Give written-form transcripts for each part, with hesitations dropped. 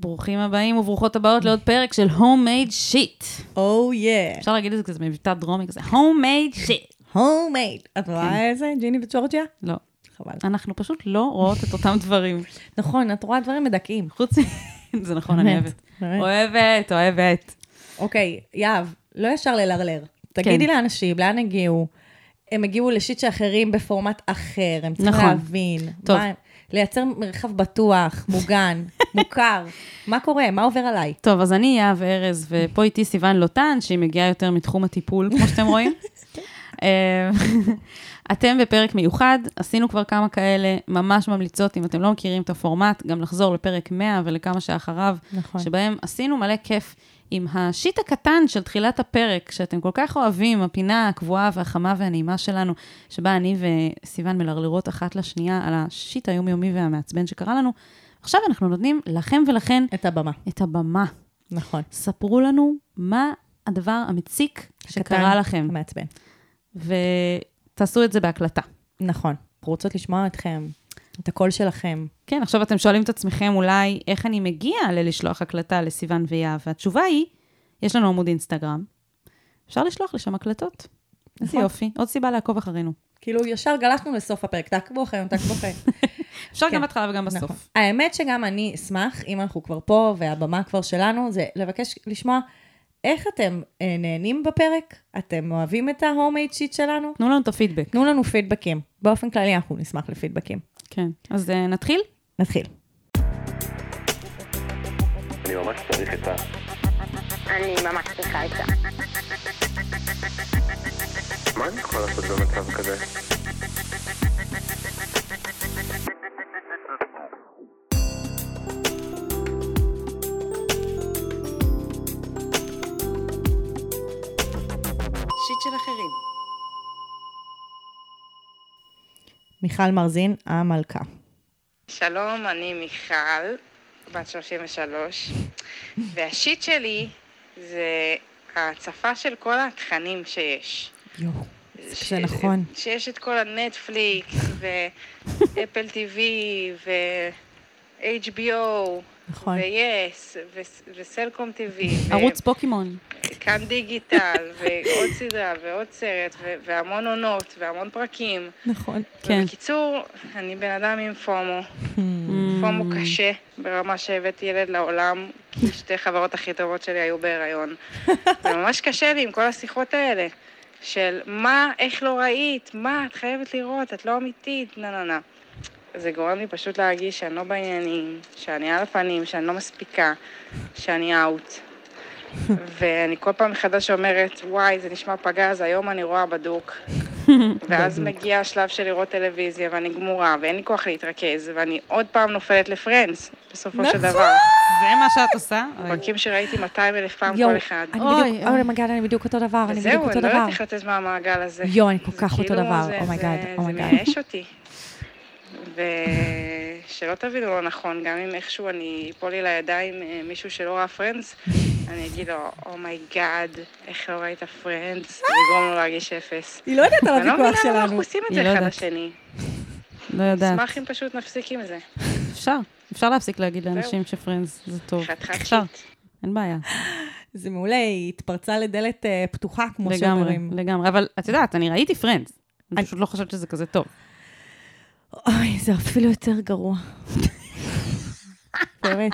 ברוכים הבאים וברוכות הבאות לעוד פרק של Homemade Shit. אפשר להגיד את זה כזה מבטא דרומי כזה, Homemade Shit. Homemade. את רואה איזה? ג'יני וג'ורג'יה? לא. חבל. אנחנו פשוט לא רואות את אותם דברים. נכון, את רואה דברים מדכאים. חוץ זה נכון, אני אוהבת. אוהבת. אוקיי, יאב, לא ישר ללרלר. תגידי לאנשים, לאן הגיעו? הם הגיעו לשיט שאחרים בפורמט אחר, הם צריכים להבין. טוב. לייצר מרחב בטוח, מוגן, מוכר. מה קורה? מה עובר עליי? טוב, אז אני יאב ארז, ופה איתי סיוון לוטן, שהיא מגיעה יותר מתחום הטיפול, כמו שאתם רואים. אתם בפרק מיוחד, עשינו כבר כמה כאלה, ממש ממליצות, אם אתם לא מכירים את הפורמט, גם לחזור לפרק 100 ולכמה שאחריו, שבהם עשינו מלא כיף עם השיט הקטן של תחילת הפרק, שאתם כל כך אוהבים, הפינה הקבועה והחמה והנעימה שלנו, שבה אני וסיוון מלרלרות אחת לשנייה על השיט היומיומי והמעצבן שקרה לנו. עכשיו אנחנו נותנים לכם ולכן את הבמה. נכון. ספרו לנו מה הדבר המציק שקרה לכם. המעצבן. ותעשו את זה בהקלטה. נכון. רוצות לשמוע אתכם, את הקול שלכם. כן, עכשיו אתם שואלים את עצמכם אולי, איך אני מגיע ללשלוח הקלטה לסיוון ויאב, והתשובה היא, יש לנו עמוד אינסטגרם, אפשר לשלוח לשם הקלטות. איזה יופי, עוד סיבה לעקוב אחרינו. כאילו, ישר גלשנו לסוף הפרק, תעקבו אחרינו. אפשר גם בהתחלה וגם בסוף. האמת שגם אני אשמח, אם אנחנו כבר פה, והבמה כבר שלנו, זה לבקש לשמוע, איך אתם נהנים בפרק? אתם אוהבים את ה-homemade sheet שלנו? תנו לנו את הפידבק. תנו לנו פידבקים. באופן כללי אנחנו נשמח לפידבקים. כן, אז נתחיל? נתחיל. אני ממש צריך את ה... אני ממש צריכה את זה. מה אני יכול לעשות במצב כזה? שיט של אחרים. מיכל מרזין, המלכה. שלום, אני מיכל, בת 33, והשיט שלי זה ההצפה של כל התכנים שיש. זה נכון. שיש את כל הנטפליקס, ואפל טיווי, ו-HBO, ו-yes, וסלקום טיווי. ערוץ פוקימון. כאן דיגיטל, ועוד סדרה, ועוד סרט, והמון עונות, והמון פרקים. נכון. בקיצור, אני בן אדם עם פומו. פומו קשה, ברמה שהבאתי ילד לעולם, כי שתי חברות הכי טובות שלי היו בהיריון. וממש קשה לי עם כל השיחות האלה, של מה, איך לא ראית, מה, את חייבת לראות, את לא אמיתית, נה. זה גורם לי פשוט להרגיש שאני לא בעניינים, שאני על הפנים, שאני לא מספיקה, שאני אאוט. ואני כל פעם מחדש אומרת, וואי, זה נשמע פגז, היום אני רואה בדוק. ואז מגיע השלב של לראות טלוויזיה, ואני גמורה, ואין לי כוח להתרכז, ואני עוד פעם נופלת לפרנדס, בסופו של דבר. זה מה שאת עושה? פרקים שראיתי 200,000 פעם כל אחד. אני בדיוק אותו דבר, וזהו, אני לא יודעת איך לתת מהמעגל הזה. אני כל כך אותו דבר, אומייגאד. זה מייאש אותי. ושלא תבינו לא נכון, גם אם איכשהו אני אפול לי לידיים מישהו שלא ראה פרנדס, אני אגיד לו, אומייגאד, איך לא ראית פרנדס? זה יגרום לו להרגיש אפס. היא לא יודעת על הוויכוח שלנו. אני לא מבינה אנחנו עושים את זה אחד לשני. לא יודעת. אשמח אם פשוט נפסיק עם זה. אפשר להפסיק להגיד לאנשים שפרנדס זה טוב. אפשר, אין בעיה. זה מעולה, היא התפרצה לדלת פתוחה כמו שאומרים. לגמרי, אבל את יודעת, אני ראיתי פרנדס. אני פשוט לא חושבת שזה כזה טוב. אוי, זה אפילו יותר גרוע. באמת.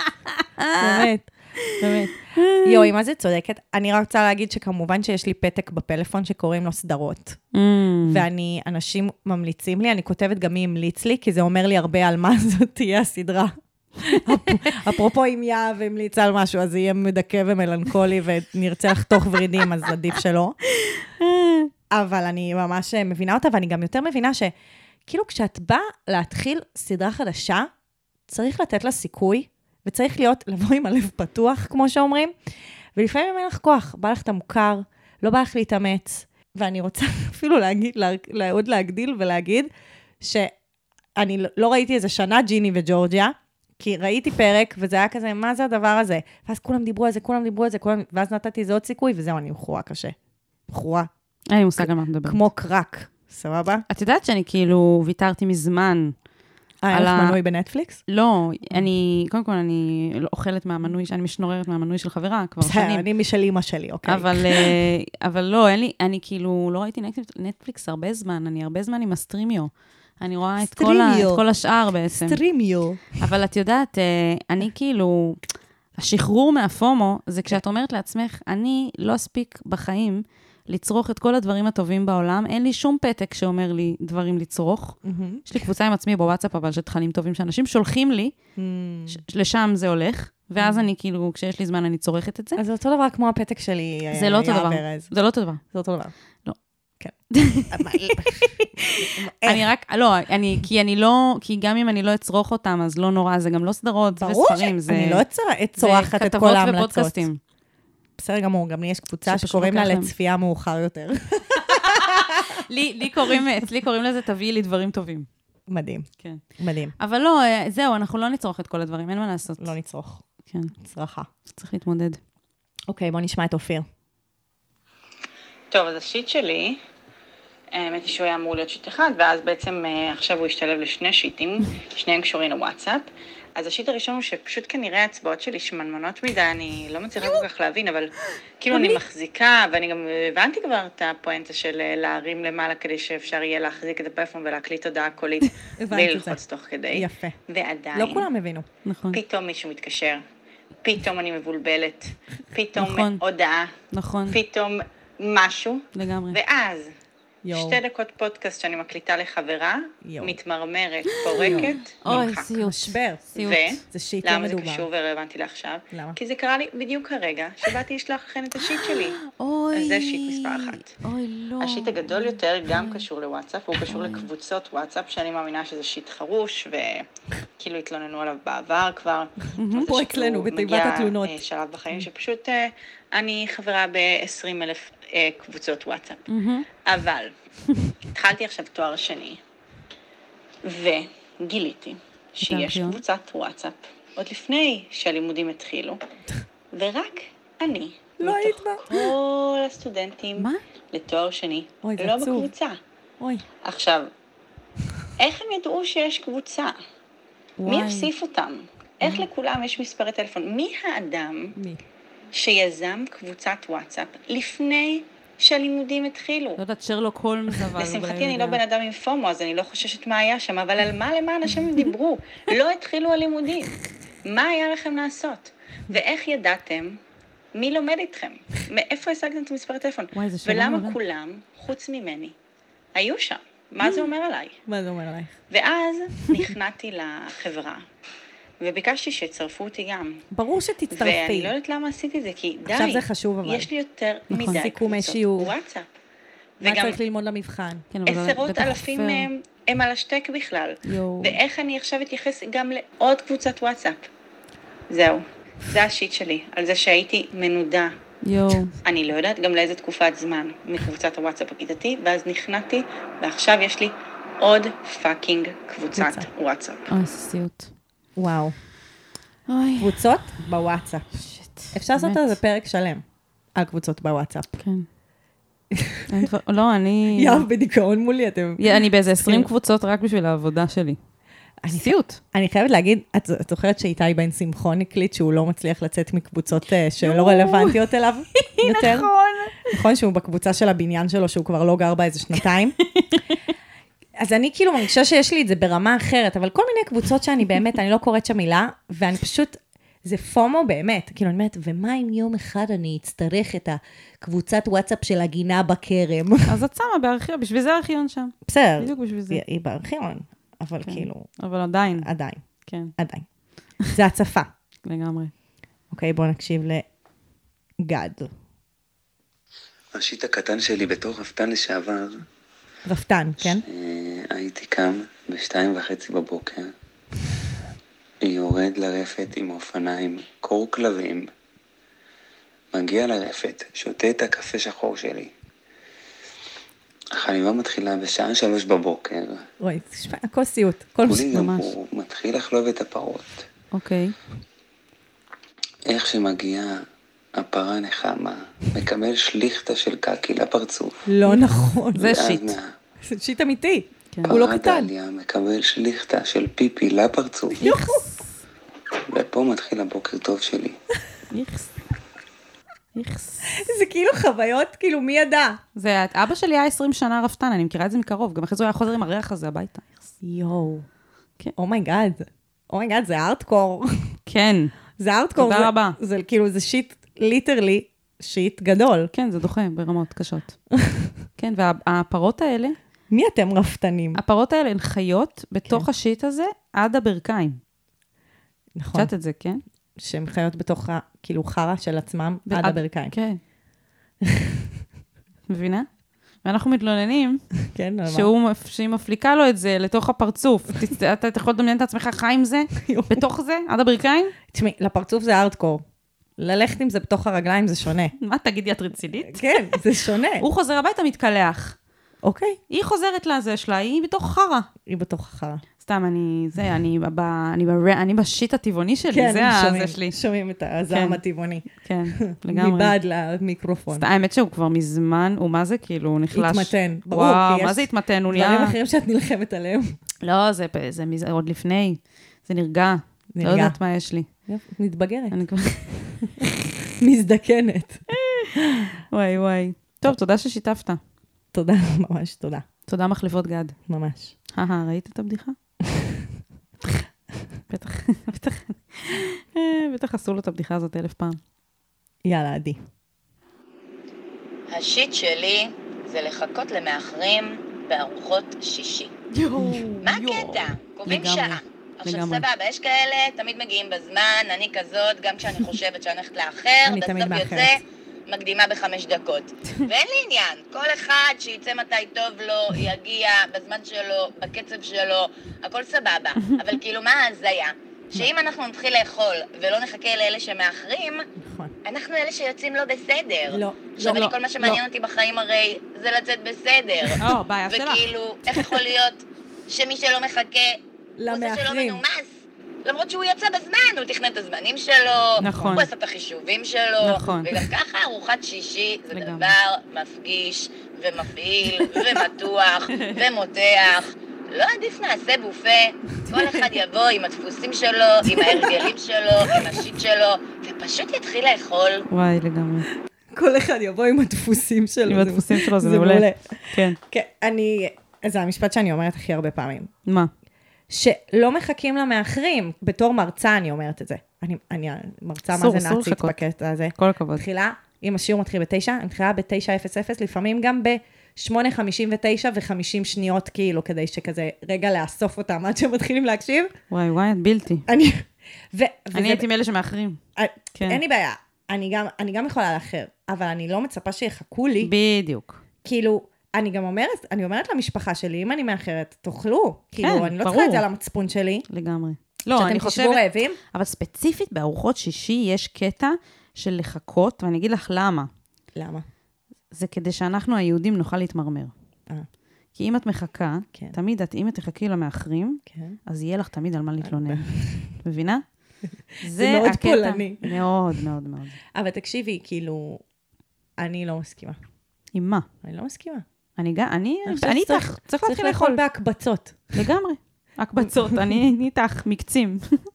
יואי, מה זה צודקת? אני רק רוצה להגיד שכמובן שיש לי פתק בפלאפון שקוראים לו סדרות. אנשים ממליצים לי, אני כותבת גם מי המליץ לי, כי זה אומר לי הרבה על מה זאת תהיה הסדרה. אפרופו אם יאב המליצה על משהו, אז זה יהיה מדכא ומלנכולי, ונרצה לחתוך ורידים, אז עדיף שלא. אבל אני ממש מבינה אותה, ואני גם יותר מבינה כאילו כשאת באה להתחיל סדרה חדשה, צריך לתת לה סיכוי, וצריך לבוא עם הלב פתוח, כמו שאומרים, ולפעמים אין לך כוח, בא לך את המוכר, לא בא לך להתאמץ, ואני רוצה אפילו עוד להגדיל ולהגיד, שאני לא ראיתי איזה שנה ג'יני וג'ורג'יה, כי ראיתי פרק, וזה היה כזה, מה זה הדבר הזה? ואז כולם דיברו על זה, ואז נתתי איזה עוד סיכוי, וזהו, אני בחורה קשה. בחורה. אין לי מושג על מה מדבר. כמו קרק. סבבה? את יודעת שאני כאילו ויתרתי מזמן אין לך מנוי בנטפליקס? לא, קודם כל אני אוכלת מהמנוי, אני משנוררת מהמנוי של חברה כבר שנים. אני משל אמא שלי, אוקיי. אבל לא, אני כאילו לא ראיתי נטפליקס הרבה זמן, אני הרבה זמן עם הסטרימיו. אני רואה את כל השאר בעצם. סטרימיו. אבל את יודעת, אני כאילו, השחרור מהפומו, זה כשאת אומרת לעצמך, אני לא אספיק בחיים לצרוך את כל הדברים הטובים בעולם, אין לי שום פתק שאומר לי דברים לצרוך. יש לי קבוצה עם עצמי בוואטסאפ, אבל של תכנים טובים שאנשים שולחים לי, לשם זה הולך, ואז אני כאילו, כשיש לי זמן, אני צורכת את זה. אז זה אותו דבר כמו הפתק שלי. זה לא אותו דבר. זה לא אותו דבר. זה אותו דבר. לא. כן. אני רק, לא, כי גם אם אני לא אצרוך אותם, אז לא נורא, זה גם לא סדרות וספרים. ברור שאני לא אצרוכת את כל ההמלצות. ופודקאסטים. בסדר גמור, גם לי יש קבוצה שקוראים לה לצפייה מאוחר יותר. אצלי קוראים לזה, תביאי לי דברים טובים. מדהים. כן. מדהים. אבל לא, זהו, אנחנו לא נצרוך את כל הדברים, אין מה לעשות. לא נצרוך. כן. צרכה. צריך להתמודד. אוקיי, בוא נשמע את אופיר. טוב, אז השיט שלי, האמת היא שהוא היה אמור להיות שיט אחד, ואז בעצם עכשיו הוא השתלב לשני שיטים, שניהם קשורים לוואטסאפ. אז השיט הראשון הוא שפשוט כנראה ההצבעות שלי שמנמנות מדי, אני לא מצליחה כל כך להבין, אבל כאילו אני מחזיקה, ואני גם הבנתי כבר את הפואנטה של להרים למעלה, כדי שאפשר יהיה להחזיק את הפלאפון ולהקליט הודעה קולית, וללחוץ תוך כדי. יפה. ועדיין, לא כולם הבינו. פתאום מישהו מתקשר, פתאום אני מבולבלת, פתאום הודעה, פתאום משהו, לגמרי. ואז 2 דקות פודקאסט שאני מקליטה לחברה, מתמרמרת, פורקת, אוי, סיוט. משבר. זה שיט לא למה מדובר. זה קשור ורלוונטי לעכשיו? למה? כי זה קרה לי בדיוק הרגע שבאתי לשלוח לכם את השיט שלי. אז זה שיט מספר 1. אוי, לא. השיט הגדול יותר גם קשור לוואטסאפ, הוא קשור לקבוצות וואטסאפ, שאני מאמינה שזה שיט חרוש, וכאילו התלוננו עליו בעבר כבר. פה אצלנו, בתיבת התלונות. מגיע שלב בחיים שפשוט אני חברה ב-20,000 קבוצות וואטסאפ. אבל התחלתי עכשיו תואר שני, וגיליתי שיש קבוצת וואטסאפ, עוד לפני שהלימודים התחילו, ורק אני, לא היית בה. כל הסטודנטים לתואר שני, לא בקבוצה. עכשיו, איך הם ידעו שיש קבוצה? מי הפסיף אותם? איך לכולם יש מספרי טלפון? מי האדם שיזם קבוצת וואטסאפ לפני שהלימודים התחילו? לא יודעת, שרלוק הולמס אבל... לשמחתי אני לא בן אדם עם פומו, אז אני לא חוששת מה היה שם, אבל על מה למען השם דיברו? לא התחילו הלימודים. מה היה לכם לעשות? ואיך ידעתם? מי לומד איתכם? מאיפה השגתם את מספר הטלפון? ולמה כולם, חוץ ממני, היו שם? מה זה אומר עליי? מה זה אומר עלייך? ואז נכנעתי לחברה. וביקשתי שצרפו אותי גם. ברור שתצטרפי. ואני לא יודעת למה עשיתי את זה, כי די. עכשיו זה חשוב אבל. יש לי יותר מדי קבוצות וואטסאפ. מה צריך ללמוד למבחן? 10,000 מהם הם על השטק בכלל. ואיך אני עכשיו אתייחס גם לעוד קבוצת וואטסאפ. זהו. זה השיט שלי, על זה שהייתי מנודה. אני לא יודעת גם לאיזה תקופת זמן מקבוצת הוואטסאפ הכיתתי, ואז נכנעתי, ועכשיו יש לי עוד פאקינג קבוצת וואטסאפ. אוי, סיוט. וואו. קבוצות בוואטסאפ. אפשר לעשות על זה פרק שלם, על קבוצות בוואטסאפ. כן. לא, אני... יאב בדיכאון מולי, אתם... אני באיזה 20 קבוצות רק בשביל העבודה שלי. סיוט. אני חייבת להגיד, את זוכרת שאיתי בן שמחון הקליט שהוא לא מצליח לצאת מקבוצות שלא רלוונטיות אליו יותר? נכון. נכון שהוא בקבוצה של הבניין שלו, שהוא כבר לא גר בה איזה 2 אז אני כאילו מרגישה שיש לי את זה ברמה אחרת, אבל כל מיני קבוצות שאני באמת, אני לא קוראת שם מילה, ואני פשוט, זה פומו באמת, כאילו אני אומרת, ומה אם יום אחד אני אצטרך את הקבוצת וואטסאפ של הגינה בכרם? אז את שמה בארכיון, בשביל זה הארכיון שם. בסדר. בדיוק בשביל זה. היא בארכיון, אבל כאילו... אבל עדיין. עדיין. כן. עדיין. זה הצפה. לגמרי. אוקיי, בואו נקשיב לגד. השיט הקטן שלי בתור רפתן לשעבר. רפתן, כן? הייתי קם ב2:30 בבוקר, יורד לרפת עם אופניים, קור כלבים, מגיע לרפת, שותה את הקפה שחור שלי. החליבה מתחילה בשעה 3 בבוקר. רואי, תשמע, הכל סיוט, הכל ממש. הוא מתחיל לחלוב את הפרות. אוקיי. איך שמגיעה הפרה נחמה, מקבל שליחתה של קקי לפרצוף. לא נכון. זה שיט. זה שיט אמיתי. הוא לא ערד קטן. העלייה מקבל שליחתה של פיפי לפרצוף. ופה מתחיל הבוקר טוב שלי. זה כאילו חוויות, כאילו מי ידע? זה, אבא שלי היה 20 שנה רפתן, אני מכירה את זה מקרוב, גם אחרי זה הוא היה חוזר עם הריח הזה הביתה. יואו. כן. אומייגאד. אומייגאד, זה ארטקור. כן. זה ארטקור. תודה רבה. זה כאילו, זה שיט, ליטרלי, שיט גדול. כן, זה דוחה ברמות קשות. כן, והפרות האלה, מי אתם רפתנים? הפרות האלה הן חיות בתוך השיט הזה עד הברכיים. נכון. שאת את זה, כן? שהן חיות בתוך כאילו חרה של עצמם עד הברכיים. כן. מבינה? ואנחנו מתלוננים כן, שהיא מפליקה לו את זה לתוך הפרצוף. אתה יכול לדמיין את עצמך חי עם זה? בתוך זה? עד הברכיים? תשמעי, לפרצוף זה ארטקור. ללכת עם זה בתוך הרגליים זה שונה. מה, תגידי, את רצינית? כן, זה שונה. הוא חוזר הביתה, מתקלח. אוקיי. היא חוזרת לזה שלה, היא בתוך חרה. היא בתוך החרה. סתם, אני בשיט הטבעוני שלי, כן, זה הזה שלי. שומעים את הזעם הטבעוני. כן, לגמרי. מבעד למיקרופון. סתם, האמת שהוא כבר מזמן, הוא מה זה כאילו, הוא נחלש. התמתן, ברור. וואו, מה זה התמתן? הוא נהיה... דברים אחרים שאת נלחמת עליהם. לא, זה עוד לפני. זה נרגע. לא יודעת מה יש לי. מתבגרת. אני כבר... מזדקנת. וואי. טוב, תודה ששיתפת. תודה, ממש תודה. תודה מחלפות גד. ממש. ראית את הבדיחה? בטח עשו לו את הבדיחה הזאת 1000 פעם. יאללה, עדי. השיט שלי זה לחכות למאחרים בארוחות שישי. מה הקטע? קובעים שעה. עכשיו סבבה, יש כאלה, תמיד מגיעים בזמן, אני כזאת, גם כשאני חושבת שאני הולכת לאחר, בסוף יוצא, מקדימה ב5 דקות. ואין לי עניין, כל אחד שיצא מתי טוב לו, יגיע בזמן שלו, בקצב שלו, הכל סבבה. אבל כאילו מה ההזיה? שאם אנחנו נתחיל לאכול ולא נחכה לאלה שמאחרים, אנחנו אלה שיוצאים לא בסדר. לא. עכשיו, כל מה שמעניין אותי בחיים הרי זה לצאת בסדר. בעיה שלך. וכאילו, איך יכול להיות שמי שלא מחכה, הוא זה שלא מנומס? למרות שהוא יצא בזמן, הוא תכנן את הזמנים שלו, נכון. הוא עשה את החישובים שלו, נכון. וגם ככה ארוחת שישי זה דבר מפגיש ומפעיל ומתוח ומותח. לא עדיף נעשה בופה, כל אחד יבוא עם הדפוסים שלו, עם ההרגלים שלו, עם השיט שלו, ופשוט יתחיל לאכול. וואי, לגמרי. כל אחד יבוא עם הדפוסים שלו. עם הדפוסים שלו, זה מעולה. כן. כן, זה המשפט שאני אומרת הכי הרבה פעמים. מה? שלא מחכים למאחרים. בתור מרצה אני אומרת את זה. אני מרצה מה זה נאצית בקטע הזה. כל הכבוד. מתחילה, אם השיעור מתחיל ב9, אני מתחילה ב9:00, לפעמים גם ב8:59 ו50 שניות כאילו, כדי שכזה רגע לאסוף אותם עד שהם מתחילים להקשיב. וואי, את בלתי. אני הייתי מאלה שמאחרים. אין לי בעיה. אני גם יכולה לאחר, אבל אני לא מצפה שיחכו לי. בדיוק. כאילו, אני אומרת למשפחה שלי, אם אני מאחרת, תאכלו. כאילו, אני לא צריכה את זה על המצפון שלי. לגמרי. לא, אני חושבת... שאתם תשבו רעבים? אבל ספציפית בארוחות שישי יש קטע של לחכות, ואני אגיד לך למה. למה? זה כדי שאנחנו היהודים נוכל להתמרמר. כי אם את מחכה, תמיד אם את תחכי למאחרים, אז יהיה לך תמיד על מה להתלונן. מבינה? זה מאוד פולני. מאוד, מאוד, מאוד. אבל תקשיבי, כאילו, אני לא מסכימה. עם מה? אני לא מסכימה. אני איתך, צריך להתחיל לאכול בהקבצות. לגמרי. הקבצות, אני איתך, מקצים.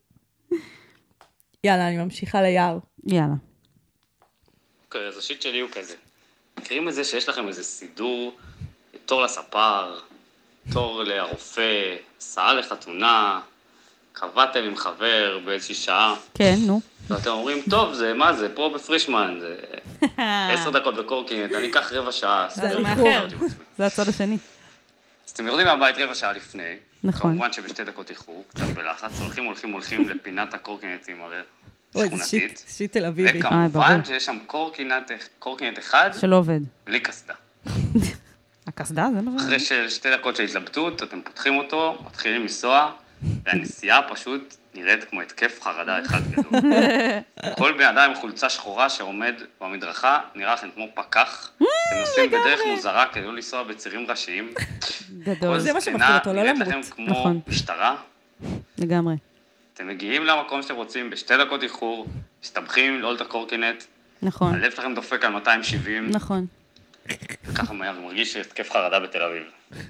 יאללה, אני ממשיכה ליער. יאללה. אוקיי, אז השיט שלי הוא כזה. מכירים את זה שיש לכם איזה סידור, תור לספר, תור לרופא, סעה לחתונה, קבעתם עם חבר באיזושהי שעה. כן, נו. ואתם אומרים, טוב, זה מה זה, פה בפרישמן, זה 10 דקות בקורקינט, אני אקח רבע שעה. זה מאחר, זה הצד השני. אז אתם יורדים מהבית רבע שעה לפני, נכון. כמובן שב2 דקות איחור, קצת בלחץ, הולכים לפינת הקורקינטים הרי שכונתית. שיט תל אביבי. וכמובן שיש שם קורקינט אחד, שלא עובד. בלי קסדה. הקסדה, זה מה? אחרי 2 דקות של התלבטות, אתם פותחים אותו, מתחילים לנסוע, והנסיעה פשוט נראית כמו התקף חרדה אחד גדול. כל בן אדם עם חולצה שחורה שעומד במדרכה, נראה לכם כמו פקח. אתם נוסעים בדרך מוזרה כדי לא לנסוע בצירים ראשיים. גדול. זה מה שמפחיד אותו, לא למות. נראית לכם כמו משטרה. לגמרי. אתם מגיעים למקום שאתם רוצים ב2 דקות איחור, מסתבכים לעול את הקורקינט. נכון. הלב שלכם דופק על 270. נכון. ככה מרגיש התקף חרדה בתל אביב.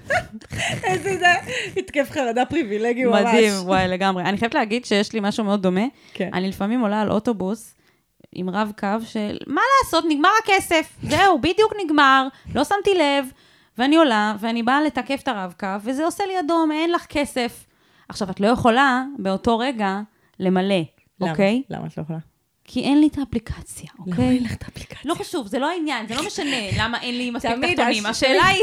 איזה זה, התקף חרדה פריבילגי ממש. מדהים, וואי, לגמרי. אני חייבת להגיד שיש לי משהו מאוד דומה. כן. אני לפעמים עולה על אוטובוס עם רב קו של, מה לעשות, נגמר הכסף. זהו, בדיוק נגמר, לא שמתי לב, ואני עולה, ואני באה לתקף את הרב קו, וזה עושה לי אדום, אין לך כסף. עכשיו, את לא יכולה באותו רגע למלא, אוקיי? למה את לא יכולה? כי אין לי את האפליקציה, אוקיי? למה אין לך את האפליקציה? לא חשוב, זה לא העניין, זה לא משנה למה אין לי מספיק תחתונים. השאלה היא...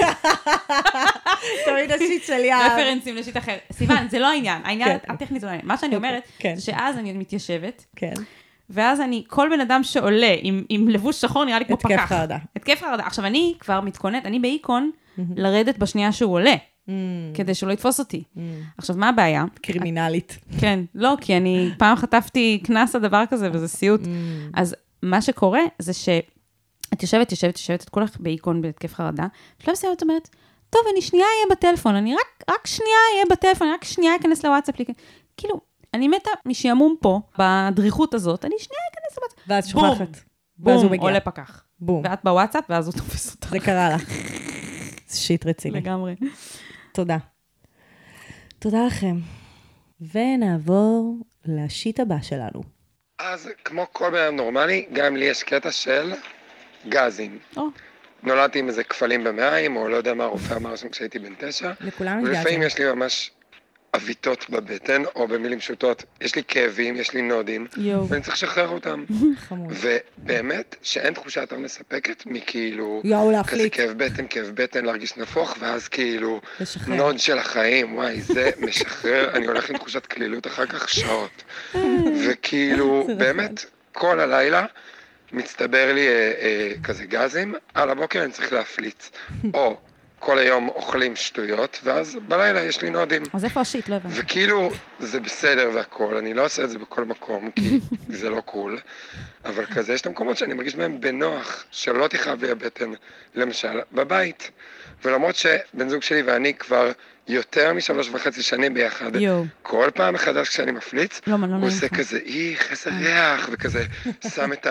תמיד השיט שלי... רפרנסים לשיט אחר. סיוון, זה לא העניין. העניין הטכני זה לא העניין. מה שאני אומרת, זה שאז אני מתיישבת, ואז אני, כל בן אדם שעולה עם לבוש שחור, נראה לי כמו פקח. התקף חרדה. התקף חרדה. עכשיו, אני כבר מתכוננת, אני באיקון, לרדת בשנייה שהוא עולה, כדי שהוא לא יתפוס אותי. עכשיו, מה הבעיה? קרימינלית. כן, לא, כי אני פעם חטפתי כנס לדבר כזה, וזה סיוט. אז מה שקורה, זה שאת יושבת, את כולך באיקון בהתקף חרדה, שלב מסוים את אומרת, טוב, אני שנייה אהיה בטלפון, אני רק שנייה אהיה בטלפון, רק שנייה אכנס לוואטסאפ, כאילו, אני מתה משעמום פה, בדריכות הזאת, אני שנייה אכנס לוואטסאפ. ואז שוכחת. בום, עולה פקח. בום. ואת בוואטסאפ, ואז הוא תופס אותך. זה קרה לך. זה שיט רציני. לגמרי. תודה. תודה לכם. ונעבור לשיט הבא שלנו. אז כמו כל בן אדם נורמלי, גם לי יש קטע של גזים. נולדתי עם איזה כפלים במעיים, או לא יודע מה הרופא אמר שם כשהייתי בן 9. לכולם יש גזים. ולפעמים יש לי ממש אביתות בבטן, או במילים פשוטות, יש לי כאבים, יש לי נודים, ואני צריך לשחרר אותם. ובאמת, שאין תחושה יותר מספקת מכאילו, כזה כאב בטן, להרגיש נפוח, ואז כאילו, נוד של החיים, וואי, זה משחרר, אני הולך עם תחושת כלילות אחר כך שעות. וכאילו, באמת, כל הלילה, מצטבר לי כזה גזים, על הבוקר אני צריך להפליץ. או כל היום אוכלים שטויות, ואז בלילה יש לי נודים. אז איפה השיט? לא הבנתי. וכאילו, זה בסדר והכל, אני לא עושה את זה בכל מקום, כי זה לא קול, אבל כזה, יש את המקומות שאני מרגיש בהם בנוח, שלא תכאב לי הבטן, למשל, בבית. ולמרות שבן זוג שלי ואני כבר יותר מ3.5 שנים ביחד, כל פעם מחדש כשאני מפליץ, הוא עושה כזה, איזה ריח, וכזה שם את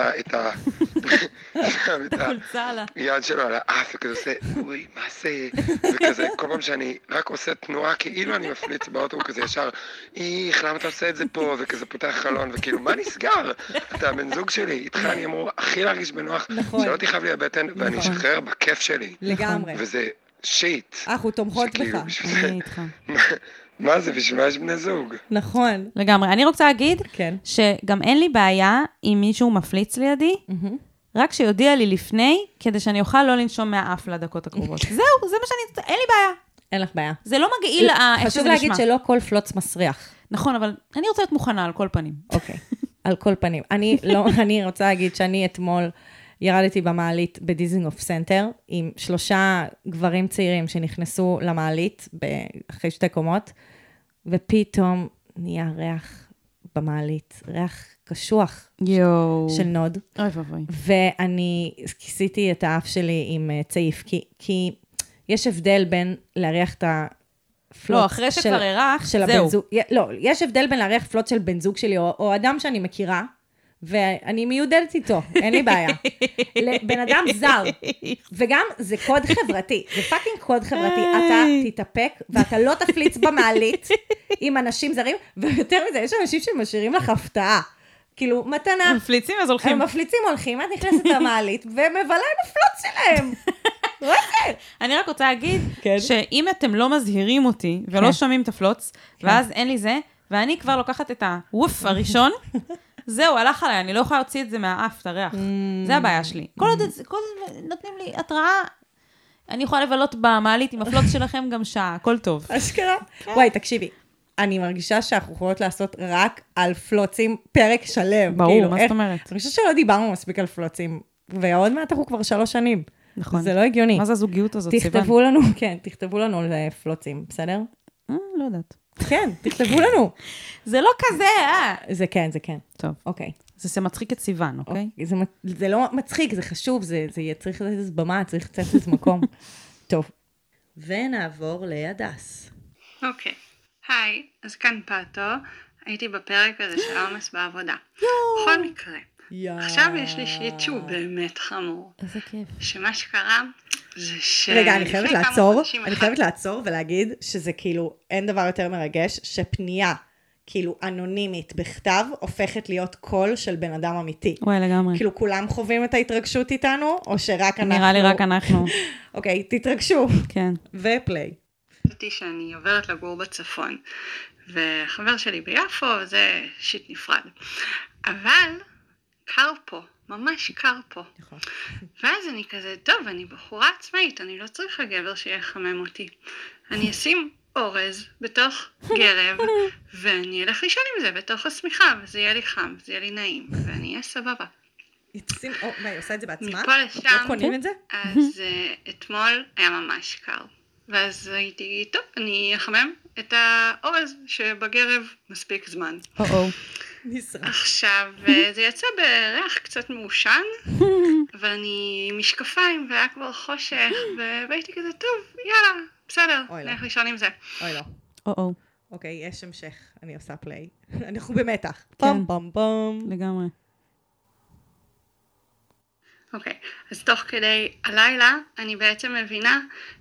היד שלו על האף, וכזה עושה, אוי, מה זה? וכזה, כל פעם שאני רק עושה תנועה, כאילו אני מפליץ באוטו, הוא כזה ישר, למה אתה עושה את זה פה? וכזה פותח חלון, וכאילו, מה נסגר? אתה הבן זוג שלי, איתך אני אמור הכי להרגיש בנוח, שלא תכאב לי הבטן, ואני אשחרר בכיף שלי. לגמרי. וזה שיט. אנחנו תומכות בך. אני איתך. מה זה? בשביל מה יש בני זוג? נכון. לגמרי. אני רוצה להגיד שגם אין לי בעיה אם מישהו מפליץ לידי, רק שיודיע לי לפני, כדי שאני אוכל לא לנשום מהאף לדקות הקרובות. זהו, זה מה שאני... אין לי בעיה. אין לך בעיה. זה לא מגעיל איך שזה נשמע. חשוב להגיד שלא כל פלוץ מסריח. נכון, אבל אני רוצה להיות מוכנה על כל פנים. אוקיי, על כל פנים. אני רוצה להגיד שאני אתמול ירדתי במעלית בדיזינגוף סנטר, עם 3 גברים צעירים שנכנסו למעלית אחרי 2 קומות, ופתאום נהיה ריח במעלית, ריח קשוח של נוד. אוי ואבוי. ואני כיסיתי את האף שלי עם צעיף, כי יש הבדל בין להריח את הפלוץ לא, אחרי שכבר הרח, זהו. לא, יש הבדל בין להריח פלוץ של בן זוג שלי, או אדם שאני מכירה, ואני מיודדת איתו, אין לי בעיה. לבן אדם זר. וגם זה קוד חברתי, זה פאקינג קוד חברתי. אתה תתאפק, ואתה לא תפליץ במעלית עם אנשים זרים, ויותר מזה, יש אנשים שמשאירים לך הפתעה. כאילו, מתנה. מפליצים אז הולכים. הם מפליצים הולכים, את נכנסת למעלית, ומבלה עם הפלוץ שלהם. אני רק רוצה להגיד, שאם אתם לא מזהירים אותי, ולא שומעים את הפלוץ, ואז אין לי זה, ואני כבר לוקחת את הווף הראשון, זהו, הלך עליי, אני לא יכולה להוציא את זה מהאף, את הריח. זה הבעיה שלי. כל עוד נותנים לי התראה, אני יכולה לבלות במעלית עם הפלוץ שלכם גם שעה, הכל טוב. אשכרה. וואי, תקשיבי, אני מרגישה שאנחנו יכולות לעשות רק על פלוצים פרק שלם. ברור, מה זאת אומרת? אני חושבת שלא דיברנו מספיק על פלוצים, ועוד מעט אנחנו כבר 3 שנים. נכון. זה לא הגיוני. מה זה הזוגיות הזאת, תכתבו לנו, כן, תכתבו לנו על פלוצים, בסדר? לא יודעת. כן, תכתבו לנו. זה לא כזה, זה כן, זה כן. טוב. אוקיי. זה מצחיק את סיוון, אוקיי? זה לא מצחיק, זה חשוב, זה צריך לתת איזה במה, צריך לתת איזה מקום. טוב. ונעבור להדס. אוקיי. היי, אז כאן פאטו, הייתי בפרק הזה של עומס בעבודה. בכל מקרה, עכשיו יש לי שיט שהוא באמת חמור. איזה כיף. שמה שקרה, זה רגע, אני חייבת לעצור ולהגיד שזה כאילו, אין דבר יותר מרגש, שפנייה כאילו אנונימית בכתב, הופכת להיות קול של בן אדם אמיתי. וואי, לגמרי. כאילו כולם חווים את ההתרגשות איתנו, או שרק אנחנו... נראה לי רק אנחנו. אוקיי, תתרגשו. כן. ופליי. חשבתי שאני עוברת לגור בצפון, וחבר שלי ביפו, זה שיט נפרד. אבל קר פה, ממש קר פה. נכון. ואז אני כזה, טוב, אני בחורה עצמאית, אני לא צריכה גבר שיחמם אותי. אני אשים אורז בתוך גרב, ואני אלך לישון עם זה בתוך השמיכה, וזה יהיה לי חם, זה יהיה לי נעים, ואני אהיה סבבה. היא עושה את זה בעצמה? מפה לשם, לא קונים את זה? אז אתמול היה ממש קר. ואז הייתי, טוב, אני אחמם את האורז שבגרב מספיק זמן. עכשיו, זה יצא בריח קצת מעושן, ואני משקפיים, והיה כבר חושך, והייתי כזה, טוב, יאללה, בסדר, נלך לישון עם זה. אוי לא. אוקיי, יש המשך, אני עושה פליי. אנחנו במתח. פום פום פום. לגמרי. אוקיי, אז תוך כדי הלילה, אני בעצם מבינה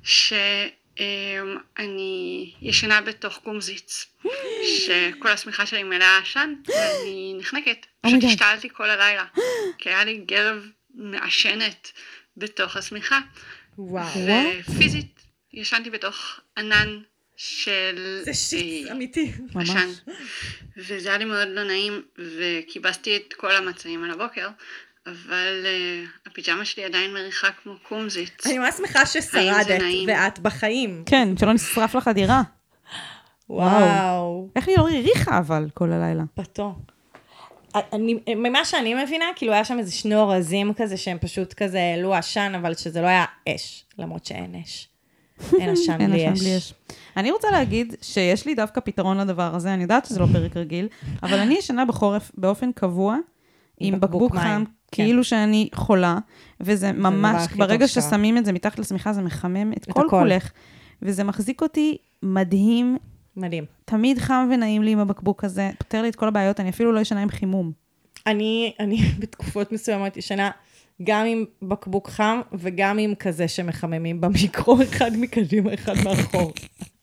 אני ישנה בתוך קומזיץ, שכל השמיכה שלי מלאה עשן, ואני נחנקת. פשוט השתעלתי כל הלילה, כי היה לי גרב מעשנת בתוך השמיכה. ופיזית ישנתי בתוך ענן של... זה שיט אמיתי. עשן. וזה היה לי מאוד לא נעים, וכיבסתי את כל המצעים על הבוקר, אבל הפיג'מה שלי עדיין מריחה כמו קומזיץ. אני ממש שמחה ששרדת ואת בחיים. כן, שלא נשרף לך דירה. וואו. איך היא לא הריחה אבל כל הלילה? פתאום. ממה שאני מבינה, כאילו היה שם איזה שני אורזים כזה, שהם פשוט כזה העלו עשן, אבל שזה לא היה אש, למרות שאין אש. אין עשן בלי אש. אני רוצה להגיד שיש לי דווקא פתרון לדבר הזה, אני יודעת שזה לא פרק רגיל, אבל אני ישנה בחורף באופן קבוע, עם בקבוק חם, כאילו שאני חולה, וזה ממש, ברגע ששמים את זה מתחת לשמיכה, זה מחמם את כל כולך, וזה מחזיק אותי מדהים. מדהים. תמיד חם ונעים לי עם הבקבוק הזה, פותר לי את כל הבעיות, אני אפילו לא ישנה עם חימום. אני בתקופות מסוימות ישנה גם עם בקבוק חם, וגם עם כזה שמחממים במיקרו, אחד מקדימה, אחד מאחור.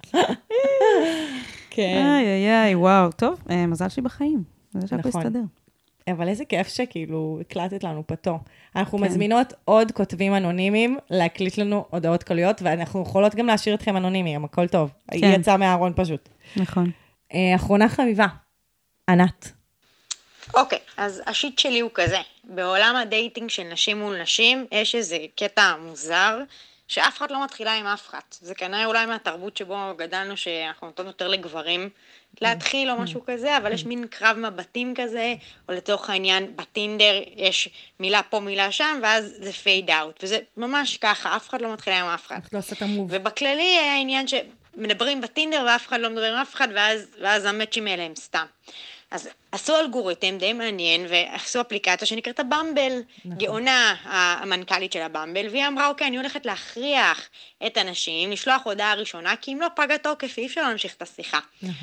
כן. איי, וואו, טוב, מזל שלי בחיים. מזל שהכל יסתדר. אבל איזה כיף שכאילו הקלטת לנו פתאום. אנחנו מזמינות עוד כותבים אנונימיים להקליט לנו הודעות קוליות, ואנחנו יכולות גם להשאיר אתכם אנונימיים, הכל טוב. היא יצאה מהארון פשוט. נכון. אחרונה חביבה, ענת. אוקיי, אז השיט שלי הוא כזה. בעולם הדייטינג של נשים מול נשים, יש איזה קטע מוזר, שאף אחד לא מתחילה עם אף אחד. זה כנראה אולי מהתרבות שבו גדלנו שאנחנו נותנות יותר לגברים להתחיל או משהו כזה, אבל יש מין קרב מבטים כזה, או לתוך העניין בטינדר יש מילה פה מילה שם, ואז זה פייד אאוט, וזה ממש ככה, אף אחד לא מתחילה עם אף אחד. ובכללי העניין שמדברים בטינדר ואף אחד לא מדבר עם אף אחד, ואז המאצ'ים האלה הם סתם. אז עשו אלגוריתם די מעניין, ועשו אפליקציה שנקראת הבמבל, גאונה המנכ"לית של הבמבל, והיא אמרה, אוקיי, אני הולכת להכריח את אנשים, לשלוח הודעה ראשונה, כי אם לא פגה תוקף, אי אפשר להמשיך את השיחה.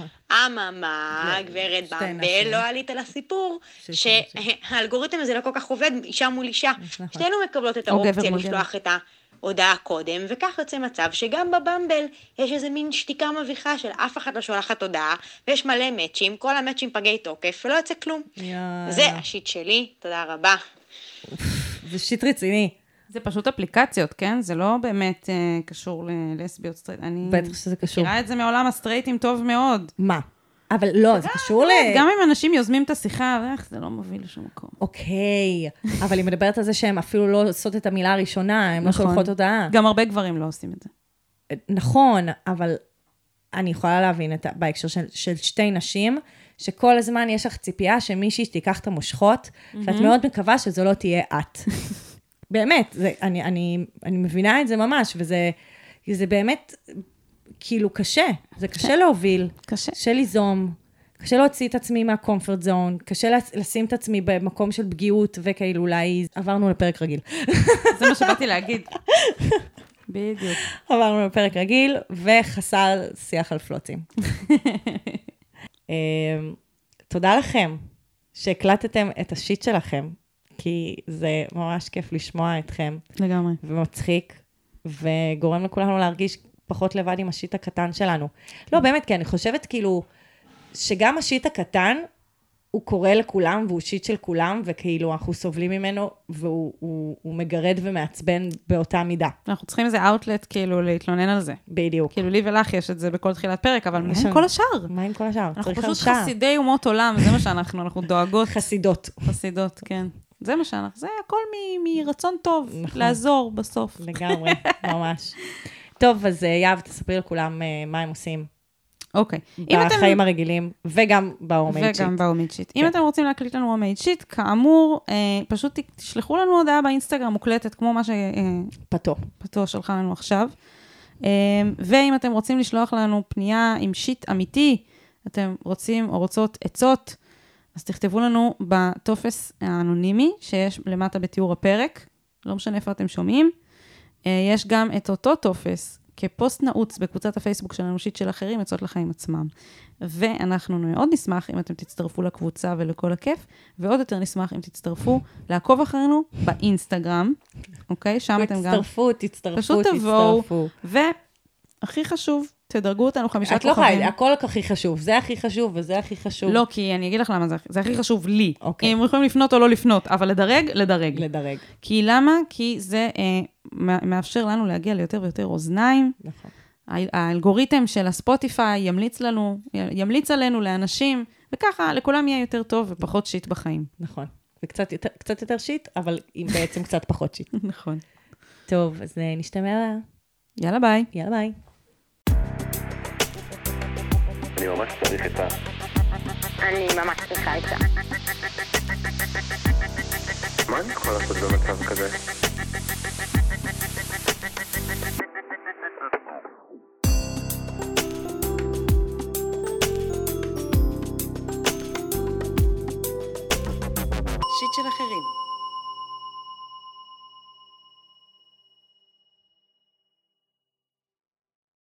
אממה, גברת במבל, לא עלית על הסיפור, שהאלגוריתם הזה לא כל כך עובד, אישה מול אישה. שתינו מקבלות את האופציה לשלוח את הודעה קודם, וכך יוצא מצב שגם בבמבל יש איזה מין שתיקה מביכה של אף אחד לא שולחת הודעה, ויש מלא מאצ'ים, כל המאצ'ים פגי תוקף, ולא יוצא כלום. זה השיט שלי, תודה רבה. זה שיט רציני. זה פשוט אפליקציות, כן? זה לא באמת קשור ללסביות סטרייט. בטח שזה קשור. מכירה את זה מעולם הסטרייטים טוב מאוד. מה? אבל לא, זה קשור גם אם אנשים יוזמים את השיחה, זה לא מוביל לשום מקום. אוקיי, אבל היא מדברת על זה שהם אפילו לא עושות את המילה הראשונה, הם לא שולחות הודעה. גם הרבה גברים לא עושים את זה. נכון, אבל אני יכולה להבין בהקשר של שתי נשים, שכל הזמן יש לך ציפייה שמישהי תיקח את המושכות, ואת מאוד מקווה שזו לא תהיה את. באמת, אני מבינה את זה ממש, וזה באמת כאילו קשה, זה קשה להוביל, קשה ליזום, קשה להוציא את עצמי מהקומפורט זון, קשה לשים את עצמי במקום של פגיעות, וכאילו אולי עברנו לפרק רגיל. זה מה שבאתי להגיד. בדיוק. עברנו לפרק רגיל, וחסר שיח על פלוצים. תודה לכם שהקלטתם את השיט שלכם, כי זה ממש כיף לשמוע אתכם. לגמרי. ומצחיק, וגורם לכולנו להרגיש פחות לבד עם השיט הקטן שלנו. לא, באמת, כי אני חושבת כאילו, שגם השיט הקטן, הוא קורא לכולם, והוא שיט של כולם, וכאילו אנחנו סובלים ממנו, והוא מגרד ומעצבן באותה מידה. אנחנו צריכים איזה אאוטלט כאילו להתלונן על זה. בדיוק. כאילו לי ולך יש את זה בכל תחילת פרק, אבל מה עם כל השאר? מה עם כל השאר? אנחנו פשוט חסידי אומות עולם, זה מה אנחנו דואגות. חסידות. חסידות, כן. זה מה שאנחנו, זה הכל מרצון טוב, לעזור בסוף. לגמרי, ממש. טוב, אז יאב, תספרי לכולם מה הם עושים. אוקיי. בחיים הרגילים, וגם בהומייד שיט. וגם בהומייד שיט. אם אתם רוצים להקליט לנו הומייד שיט, כאמור, פשוט תשלחו לנו הודעה באינסטגרם מוקלטת, כמו מה פתו שלחה לנו עכשיו. ואם אתם רוצים לשלוח לנו פנייה עם שיט אמיתי, אתם רוצים או רוצות עצות, אז תכתבו לנו בטופס האנונימי, שיש למטה בתיאור הפרק, לא משנה איפה אתם שומעים. יש גם את אותו טופס, כפוסט נעוץ בקבוצת הפייסבוק שלנו, שיט של אחרים, עצות לחיים עצמם. ואנחנו מאוד נשמח אם אתם תצטרפו לקבוצה ולכל הכיף, ועוד יותר נשמח אם תצטרפו לעקוב אחרינו באינסטגרם, אוקיי? שם אתם גם... תצטרפו. פשוט תבואו, והכי חשוב, תדרגו אותנו 5 כוכבים. את לא חייבת, הכל הכי חשוב, זה הכי חשוב וזה הכי חשוב. לא, כי אני אגיד לך למה זה הכי חשוב לי. אוקיי. אם יכולים לפנות או לא לפנות, אבל לדרג. לדרג. כי למה? כי זה מאפשר לנו להגיע ליותר ויותר אוזניים. נכון. האלגוריתם של הספוטיפיי ימליץ עלינו לאנשים, וככה לכולם יהיה יותר טוב ופחות שיט בחיים. נכון. וקצת יותר שיט, אבל עם בעצם קצת פחות שיט. נכון. טוב, אז נשתמע. יאללה ביי. יאללה ביי. אני ממש צריך עצה. אני ממש צריכה עצה. מה אני יכול לעשות במצב כזה?